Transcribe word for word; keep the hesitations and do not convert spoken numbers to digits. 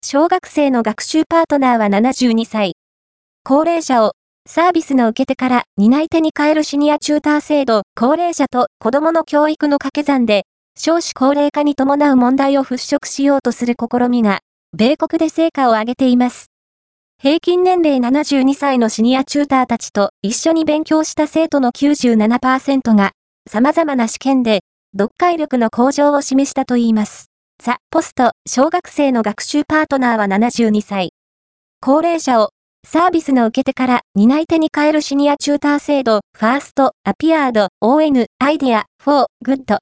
小学生の学習パートナーはななじゅうにさい。高齢者をサービスの受け手から担い手に変えるシニアチューター制度、高齢者と子供の教育の掛け算で、少子高齢化に伴う問題を払拭しようとする試みが、米国で成果を上げています。平均年齢ななじゅうにさいのシニアチューターたちと一緒に勉強した生徒の きゅうじゅうななパーセント が、様々な試験で、読解力の向上を示したといいます。ザ・ポスト、小学生の学習パートナーはななじゅうにさい。高齢者をサービスの受け手から担い手に変えるシニアチューター制度、ファースト、アピアード、オーエヌ、アイディア、フォー、グッド。